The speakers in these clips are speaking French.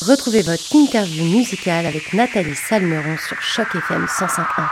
Retrouvez votre interview musicale avec Nathalie Salmeron sur Choc FM 105.1.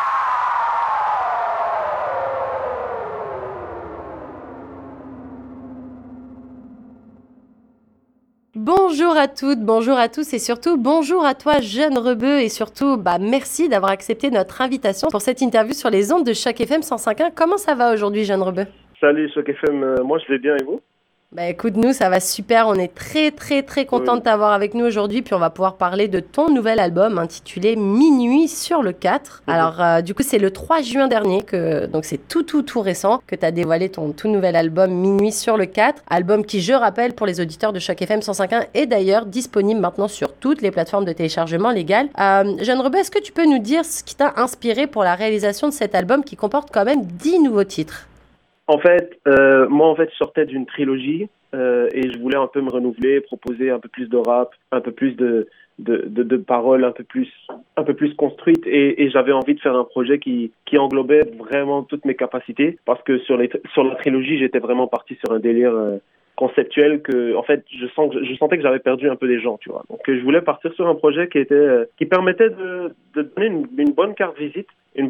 Bonjour à toutes, bonjour à tous et surtout bonjour à toi jeune rebeu et surtout merci d'avoir accepté notre invitation pour cette interview sur les ondes de Choc FM 105.1. Comment ça va aujourd'hui jeune rebeu? Salut Choc FM, moi je vais bien et vous? Écoute, nous ça va super, on est très content de t'avoir avec nous aujourd'hui, puis on va pouvoir parler de ton nouvel album intitulé Minuit sur le 4. Alors du coup c'est le 3 juin dernier, donc c'est tout récent, que tu as dévoilé ton tout nouvel album Minuit sur le 4, album qui, je rappelle pour les auditeurs de Choc FM 105.1, est d'ailleurs disponible maintenant sur toutes les plateformes de téléchargement légales. Jeanne Rebeu, est-ce que tu peux nous dire ce qui t'a inspiré pour la réalisation de cet album qui comporte quand même 10 nouveaux titres? En fait, moi je sortais d'une trilogie et je voulais un peu me renouveler, proposer un peu plus de rap, un peu plus de paroles un peu plus construites et j'avais envie de faire un projet qui englobait vraiment toutes mes capacités parce que sur la trilogie, j'étais vraiment parti sur un délire conceptuel que, en fait, je sentais que j'avais perdu un peu les gens, tu vois. Donc, je voulais partir sur un projet qui permettait de donner une bonne carte visite,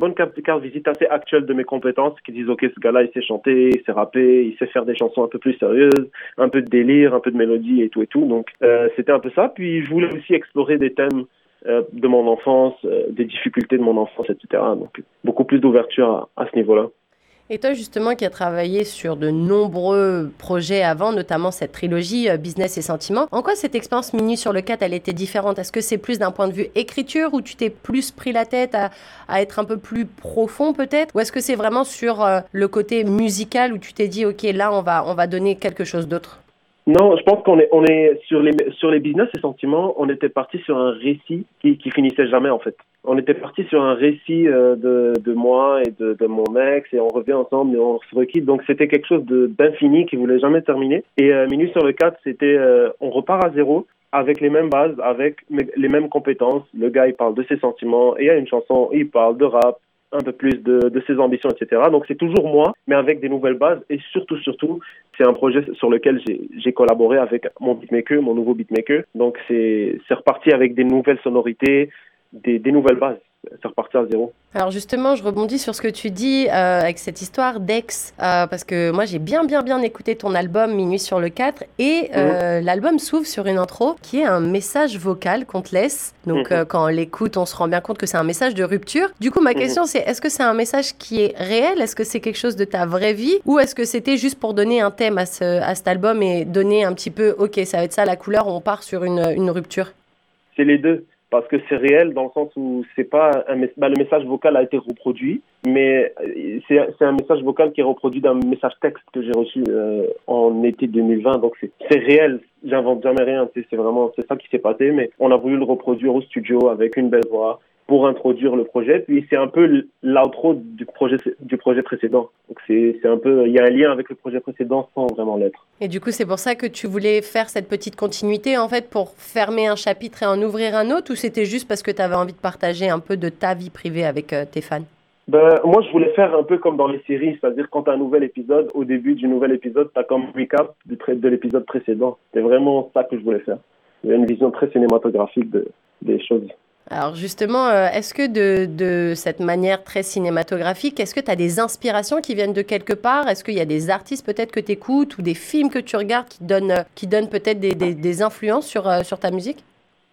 assez actuelle de mes compétences, qui disent, OK, ce gars-là, il sait chanter, il sait rapper, il sait faire des chansons un peu plus sérieuses, un peu de délire, un peu de mélodie et tout. Donc, c'était un peu ça. Puis, je voulais aussi explorer des thèmes de mon enfance, des difficultés de mon enfance, etc. Donc, beaucoup plus d'ouverture à ce niveau-là. Et toi, justement, qui as travaillé sur de nombreux projets avant, notamment cette trilogie Business et Sentiments, en quoi cette expérience Minuit sur le 4, elle était différente? Est-ce que c'est plus d'un point de vue écriture, où tu t'es plus pris la tête à être un peu plus profond peut-être? Ou est-ce que c'est vraiment sur le côté musical, où tu t'es dit, OK, là, on va donner quelque chose d'autre? Non, je pense qu'on est sur les business et sentiments, on était parti sur un récit qui finissait jamais en fait. On était parti sur un récit de moi et de mon ex et on revient ensemble et on se requitte. Donc c'était quelque chose d'infini qui voulait jamais terminer. Et Minuit sur le 4, c'était on repart à zéro avec les mêmes bases, avec les mêmes compétences. Le gars il parle de ses sentiments et il y a une chanson, il parle de rap, un peu plus de ses ambitions, etc. Donc c'est toujours moi, mais avec des nouvelles bases et surtout, c'est un projet sur lequel j'ai collaboré avec mon beatmaker, mon nouveau beatmaker. Donc c'est reparti avec des nouvelles sonorités, des nouvelles bases. C'est reparti à zéro. Alors justement, je rebondis sur ce que tu dis avec cette histoire d'ex, parce que moi j'ai bien écouté ton album Minuit sur le 4 et l'album s'ouvre sur une intro qui est un message vocal qu'on te laisse. Donc quand on l'écoute, on se rend bien compte que c'est un message de rupture. Du coup, ma question c'est, est-ce que c'est un message qui est réel? Est-ce que c'est quelque chose de ta vraie vie? Ou est-ce que c'était juste pour donner un thème à cet album et donner un petit peu, OK, ça va être ça la couleur, on part sur une rupture? C'est les deux. Parce que c'est réel dans le sens où c'est pas le message vocal a été reproduit, mais c'est un message vocal qui est reproduit d'un message texte que j'ai reçu en été 2020. Donc c'est réel, j'invente jamais rien. C'est ça qui s'est passé, mais on a voulu le reproduire au studio avec une belle voix pour introduire le projet. Puis c'est un peu l'outro du projet précédent. Donc c'est un peu, il y a un lien avec le projet précédent sans vraiment l'être. Et du coup, c'est pour ça que tu voulais faire cette petite continuité, en fait, pour fermer un chapitre et en ouvrir un autre, ou c'était juste parce que tu avais envie de partager un peu de ta vie privée avec tes fans? Moi, je voulais faire un peu comme dans les séries, c'est-à-dire quand tu as un nouvel épisode, au début du nouvel épisode, tu as comme recap de l'épisode précédent. C'est vraiment ça que je voulais faire. Il y a une vision très cinématographique des choses. Alors justement, est-ce que de cette manière très cinématographique, est-ce que tu as des inspirations qui viennent de quelque part? Est-ce qu'il y a des artistes peut-être que tu écoutes ou des films que tu regardes qui donnent peut-être des influences sur ta musique?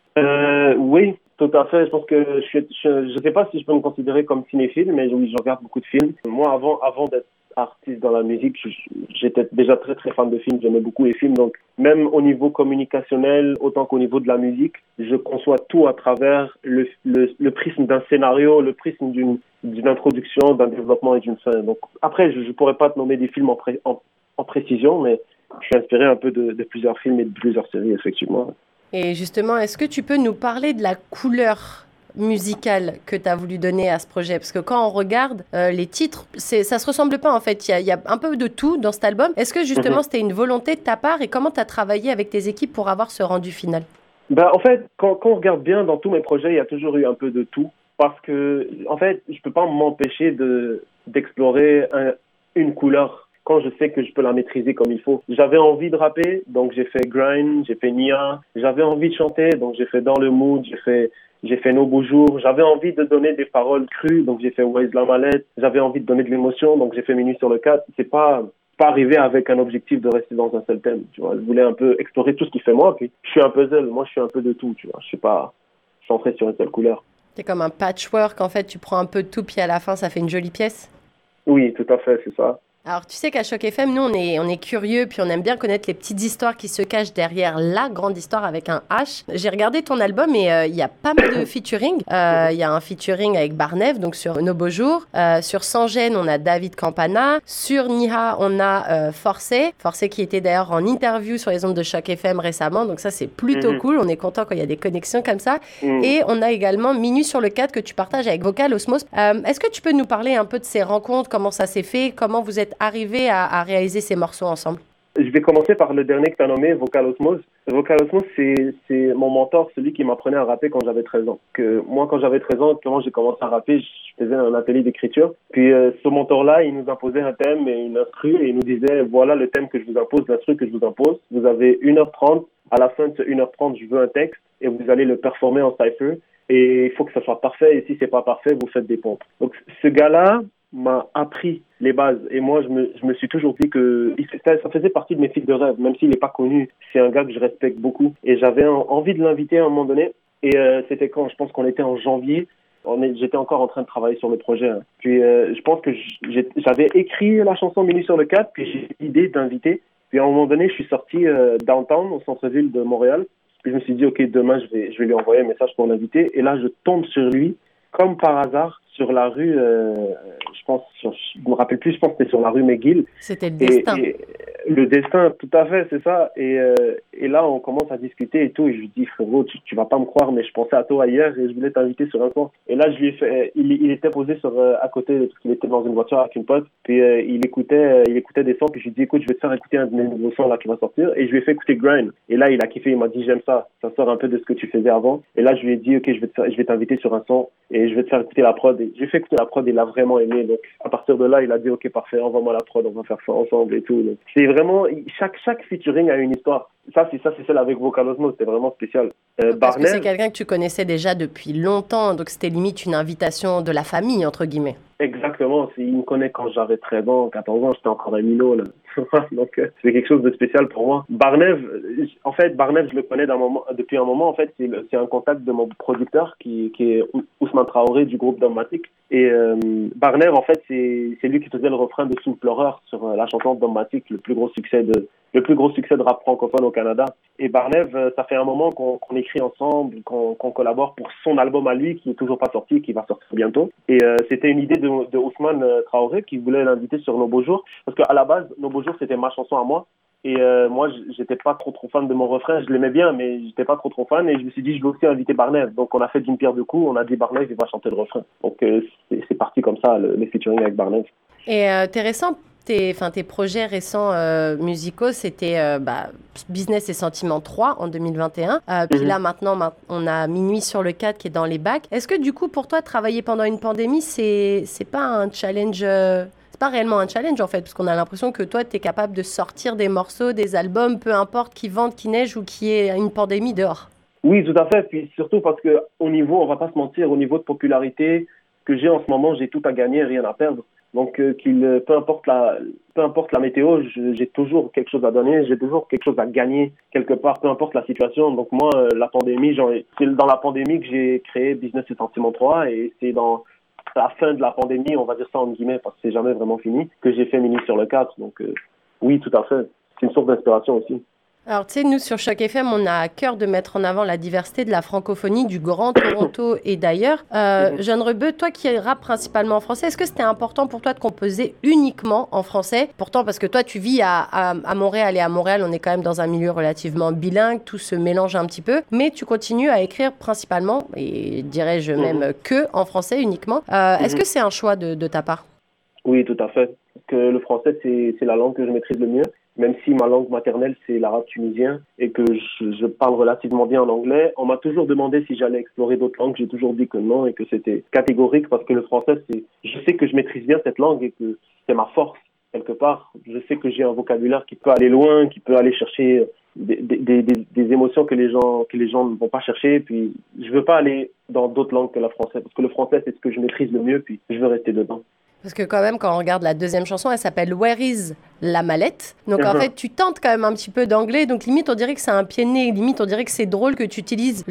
Oui, tout à fait. Je pense que je sais pas si je peux me considérer comme cinéphile, mais oui, je regarde beaucoup de films. Moi, avant d'être artiste dans la musique, j'étais déjà très fan de films. J'aimais beaucoup les films. Donc, même au niveau communicationnel, autant qu'au niveau de la musique, je conçois tout à travers le prisme d'un scénario, le prisme d'une introduction, d'un développement et d'une fin. Donc, après, je pourrais pas te nommer des films en précision, mais je suis inspiré un peu de plusieurs films et de plusieurs séries, effectivement. Et justement, est-ce que tu peux nous parler de la couleur musicale que tu as voulu donner à ce projet? Parce que quand on regarde les titres, ça se ressemble pas en fait. Il y a un peu de tout dans cet album. Est-ce que justement c'était une volonté de ta part et comment tu as travaillé avec tes équipes pour avoir ce rendu final? En fait, quand on regarde bien dans tous mes projets, il y a toujours eu un peu de tout. Parce que, en fait, je peux pas m'empêcher d'explorer une couleur quand je sais que je peux la maîtriser comme il faut. J'avais envie de rapper, donc j'ai fait Grind, j'ai fait Nia. J'avais envie de chanter, donc j'ai fait Dans le Mood, j'ai fait Nos Beaux Jours. J'avais envie de donner des paroles crues, donc j'ai fait Waze la mallette. J'avais envie de donner de l'émotion, donc j'ai fait Minuit sur le 4. C'est pas arrivé avec un objectif de rester dans un seul thème, tu vois. Je voulais un peu explorer tout ce qui fait moi, puis je suis un puzzle, moi je suis un peu de tout, tu vois. Je suis pas centré sur une seule couleur. C'est comme un patchwork, en fait, tu prends un peu de tout, puis à la fin, ça fait une jolie pièce. Oui, tout à fait, c'est ça. Alors, tu sais qu'à Choc FM, nous, on est curieux, puis on aime bien connaître les petites histoires qui se cachent derrière la grande histoire avec un H. J'ai regardé ton album et il y a pas mal de featuring. Il y a un featuring avec Barnev, donc sur Nos Beaux Jours. Sur Sans Gêne, on a David Campana. Sur Niha, on a Forcé. Forcé qui était d'ailleurs en interview sur les ondes de Choc FM récemment. Donc ça, c'est plutôt cool. On est content quand il y a des connexions comme ça. Et on a également Minuit sur le 4 que tu partages avec Vocal Osmos. Est-ce que tu peux nous parler un peu de ces rencontres, comment ça s'est fait, comment vous êtes arrivé à réaliser ces morceaux ensemble? Je vais commencer par le dernier que tu as nommé, Vocal Osmos. Vocal Osmos, c'est mon mentor, celui qui m'apprenait à rapper quand j'avais 13 ans. Moi, quand j'avais 13 ans, quand j'ai commencé à rapper, je faisais un atelier d'écriture. Puis ce mentor-là, il nous imposait un thème et une instru et il nous disait, voilà le thème que je vous impose, l'instru que je vous impose. Vous avez 1h30. À la fin de ce 1h30, je veux un texte et vous allez le performer en cypher. Et il faut que ça soit parfait. Et si c'est pas parfait, vous faites des pompes. Donc ce gars-là m'a appris les bases et moi je me suis toujours dit que ça faisait partie de mes fils de rêve, même s'il n'est pas connu. C'est un gars que je respecte beaucoup et j'avais envie de l'inviter à un moment donné et c'était quand je pense qu'on était en janvier. J'étais encore en train de travailler sur le projet, hein. Puis je pense que j'avais écrit la chanson Minuit sur le 4, puis j'ai eu l'idée d'inviter. Puis à un moment donné je suis sorti downtown au centre-ville de Montréal. Puis je me suis dit ok, demain je vais lui envoyer un message pour l'inviter et là je tombe sur lui comme par hasard sur la rue, je me rappelle plus, je pense que c'était sur la rue McGill. C'était le destin. Et le destin, tout à fait, c'est ça. Et là, on commence à discuter et tout. Et je lui dis, frérot, tu vas pas me croire, mais je pensais à toi hier et je voulais t'inviter sur un soir. Et là, je lui ai fait, il était posé à côté, parce qu'il était dans une voiture avec une pote. Puis il écoutait des sons. Puis je lui ai dit, écoute, je vais te faire écouter un de mes nouveaux sons là qui va sortir. Et je lui ai fait écouter Grind. Et là, il a kiffé. Il m'a dit, j'aime ça. Ça sort un peu de ce que tu faisais avant. Et là, je lui ai dit, ok, je vais t'inviter sur un son et je vais te faire écouter la prod. Et j'ai fait écouter la prod. Il a vraiment aimé. Donc à partir de là, il a dit, ok, parfait, envoie-moi la prod, on va faire ça ensemble et tout. Donc, c'est vraiment chaque featuring a une histoire. Ça c'est celle avec Vocal Osmos, c'était vraiment spécial. Parce que c'est quelqu'un que tu connaissais déjà depuis longtemps, donc c'était limite une invitation de la famille, entre guillemets. Exactement, il me connaît quand j'avais 13 ans, 14 ans, j'étais encore un minot, là. Donc c'est quelque chose de spécial pour moi. Barnev, je le connais depuis un moment. En fait, c'est un contact de mon producteur qui est Ousmane Traoré du groupe Dogmatic. Et Barnev, en fait, c'est lui qui faisait le refrain de Soul Pleureur sur la chanson Dogmatic, le plus gros succès de rap francophone au Canada. Et Barnev, ça fait un moment qu'on écrit ensemble, qu'on collabore pour son album à lui qui est toujours pas sorti, qui va sortir bientôt. Et c'était une idée de Ousmane Traoré qui voulait l'inviter sur Nos Beaux Jours, parce qu'à la base, Nos Beaux Jours, c'était ma chanson à moi. Et moi, j'étais pas trop fan de mon refrain. Je l'aimais bien, mais j'étais pas trop fan. Et je me suis dit, je vais aussi inviter Barnev. Donc, on a fait d'une pierre deux coups. On a dit Barnev, il va chanter le refrain. Donc, c'est parti comme ça, les featuring avec Barnev. Et tes projets récents musicaux, c'était Business et Sentiment 3 en 2021. Puis là, maintenant, on a Minuit sur le 4 qui est dans les bacs. Est-ce que du coup, pour toi, travailler pendant une pandémie, c'est pas un challenge pas réellement un challenge en fait, parce qu'on a l'impression que toi, tu es capable de sortir des morceaux, des albums, peu importe qu'il vente, qu'il neige ou qu'il y ait une pandémie dehors. Oui, tout à fait. Puis surtout parce que on va pas se mentir, au niveau de popularité que j'ai en ce moment, j'ai tout à gagner, rien à perdre. Donc peu importe la météo, j'ai toujours quelque chose à donner, j'ai toujours quelque chose à gagner quelque part, peu importe la situation. Donc moi, la pandémie, c'est dans la pandémie que j'ai créé Business et Sentiment 3 et c'est dans à la fin de la pandémie, on va dire ça en guillemets, parce que c'est jamais vraiment fini, que j'ai fait Minuit sur le 4. Donc oui, tout à fait. C'est une source d'inspiration aussi. Alors, tu sais, nous, sur Choc FM, on a à cœur de mettre en avant la diversité de la francophonie du Grand Toronto et d'ailleurs. Jeune Rebeu, toi qui rappes principalement en français, est-ce que c'était important pour toi de composer uniquement en français? Pourtant, parce que toi, tu vis à Montréal et à Montréal, on est quand même dans un milieu relativement bilingue, tout se mélange un petit peu, mais tu continues à écrire principalement, et dirais-je même que en français uniquement. Est-ce que c'est un choix de ta part? Oui, tout à fait. Que le français, c'est la langue que je maîtrise le mieux. Même si ma langue maternelle, c'est l'arabe tunisien et que je parle relativement bien en anglais, on m'a toujours demandé si j'allais explorer d'autres langues. J'ai toujours dit que non et que c'était catégorique parce que le français, je sais que je maîtrise bien cette langue et que c'est ma force. quelque part. Je sais que j'ai un vocabulaire qui peut aller loin, qui peut aller chercher des émotions que les gens ne vont pas chercher. Puis je veux pas aller dans d'autres langues que le français, parce que le français, c'est ce que je maîtrise le mieux, puis je veux rester dedans. Parce que quand même, quand on regarde la deuxième chanson, elle s'appelle Where is la mallette. Donc en fait, tu tentes quand même un petit peu d'anglais. Donc limite, on dirait que c'est un pied de nez. Limite, on dirait que c'est drôle que tu utilises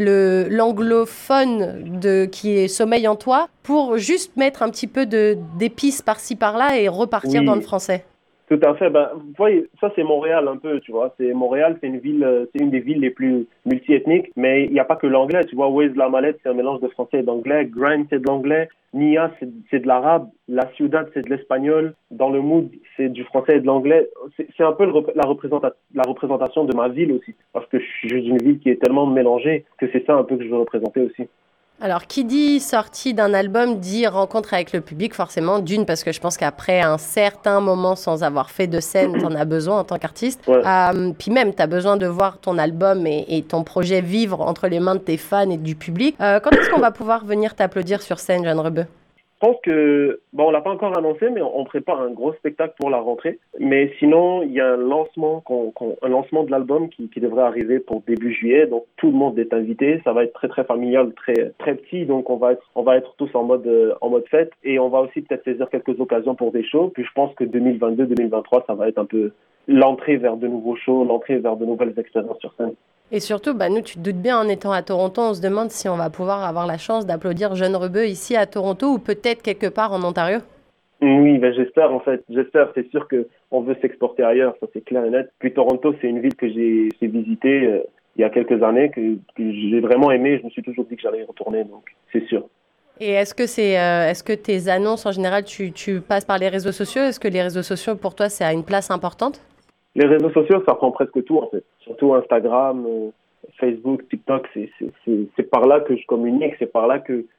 l'anglophone qui est sommeil en toi pour juste mettre un petit peu d'épices par-ci par-là et repartir dans le français. Tout à fait. Ben, vous voyez, ça c'est Montréal un peu, tu vois. Montréal, c'est une des villes les plus multiethniques, mais il n'y a pas que l'anglais, tu vois. Where's la mallette, c'est un mélange de français et d'anglais. Grind, c'est de l'anglais. Nia, c'est de l'arabe. La Ciudad, c'est de l'espagnol. Dans le mood, c'est du français et de l'anglais. C'est un peu la représentation de ma ville aussi, parce que je suis d'une ville qui est tellement mélangée que c'est ça un peu que je veux représenter aussi. Alors, qui dit sortie d'un album dit rencontre avec le public, forcément. D'une, parce que je pense qu'après un certain moment sans avoir fait de scène, t'en as besoin en tant qu'artiste. Ouais. Puis même, t'as besoin de voir ton album et ton projet vivre entre les mains de tes fans et du public. Quand est-ce qu'on va pouvoir venir t'applaudir sur scène, Jeanne Rebeu? Je pense que, on l'a pas encore annoncé, mais on prépare un gros spectacle pour la rentrée. Mais sinon, il y a un lancement de l'album qui devrait arriver pour début juillet. Donc, tout le monde est invité. Ça va être très, très familial, très, très petit. Donc, on va être tous en mode fête. Et on va aussi peut-être saisir quelques occasions pour des shows. Puis, je pense que 2022-2023, ça va être un peu l'entrée vers de nouveaux shows, l'entrée vers de nouvelles expériences sur scène. Et surtout, nous, tu te doutes bien, en étant à Toronto, on se demande si on va pouvoir avoir la chance d'applaudir Jeanne Rebeu ici à Toronto ou peut-être quelque part en Ontario. Oui, j'espère en fait. J'espère. C'est sûr qu'on veut s'exporter ailleurs, ça c'est clair et net. Puis Toronto, c'est une ville que j'ai visitée il y a quelques années, que j'ai vraiment aimé. Je me suis toujours dit que j'allais y retourner, donc c'est sûr. Et est-ce que tes annonces, en général, tu passes par les réseaux sociaux? Est-ce que les réseaux sociaux, pour toi, c'est à une place importante? Les réseaux sociaux, ça prend presque tout, en fait. Surtout Instagram, Facebook, TikTok, c'est par là que je communique, c'est par là que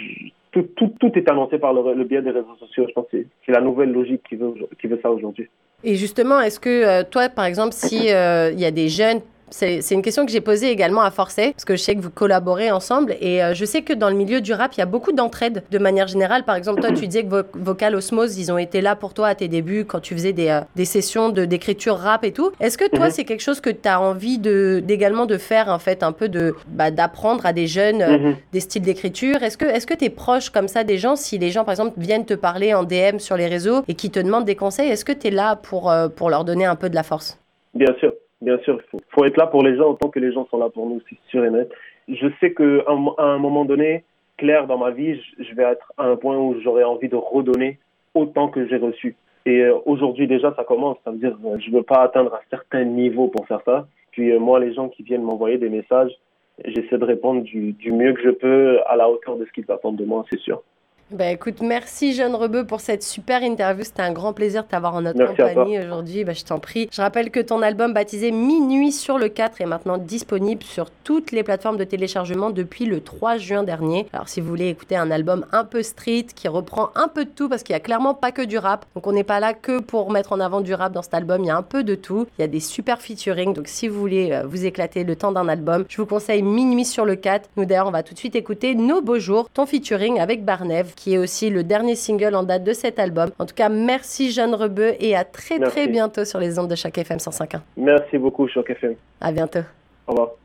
tout est annoncé par le biais des réseaux sociaux. Je pense que c'est la nouvelle logique qui veut ça aujourd'hui. Et justement, est-ce que toi, par exemple, si il y a des jeunes, c'est une question que j'ai posée également à Forcé, parce que je sais que vous collaborez ensemble, et je sais que dans le milieu du rap, il y a beaucoup d'entraide de manière générale. Par exemple, toi, tu disais que Vocal Osmose, ils ont été là pour toi à tes débuts, quand tu faisais des sessions d'écriture rap et tout. Est-ce que toi, c'est quelque chose que tu as envie d'également de faire, en fait, un peu d'apprendre à des jeunes des styles d'écriture? Est-ce que tu es proche comme ça des gens? Si les gens, par exemple, viennent te parler en DM sur les réseaux et qui te demandent des conseils, est-ce que tu es là pour leur donner un peu de la force? Bien sûr. Bien sûr, il faut être là pour les gens autant que les gens sont là pour nous, c'est sûr et net. Je sais qu'à un moment donné, clair dans ma vie, je vais être à un point où j'aurai envie de redonner autant que j'ai reçu. Et aujourd'hui déjà, ça commence. Ça veut dire je veux pas atteindre un certain niveau pour faire ça. Puis moi, les gens qui viennent m'envoyer des messages, j'essaie de répondre du mieux que je peux à la hauteur de ce qu'ils attendent de moi, c'est sûr. Écoute, merci Jeanne Rebeu pour cette super interview. C'était un grand plaisir de t'avoir en notre compagnie aujourd'hui. Je t'en prie. Je rappelle que ton album baptisé Minuit sur le 4 est maintenant disponible sur toutes les plateformes de téléchargement depuis le 3 juin dernier. Alors si vous voulez écouter un album un peu street qui reprend un peu de tout, parce qu'il n'y a clairement pas que du rap. Donc on n'est pas là que pour mettre en avant du rap dans cet album. Il y a un peu de tout. Il y a des super featuring. Donc si vous voulez vous éclater le temps d'un album, je vous conseille Minuit sur le 4. Nous d'ailleurs, on va tout de suite écouter Nos Beaux Jours, ton featuring avec Barnev, qui est aussi le dernier single en date de cet album. En tout cas, merci Jeanne Rebeu et à très bientôt sur les ondes de Choc FM 105.1. Merci beaucoup Choc FM. À bientôt. Au revoir.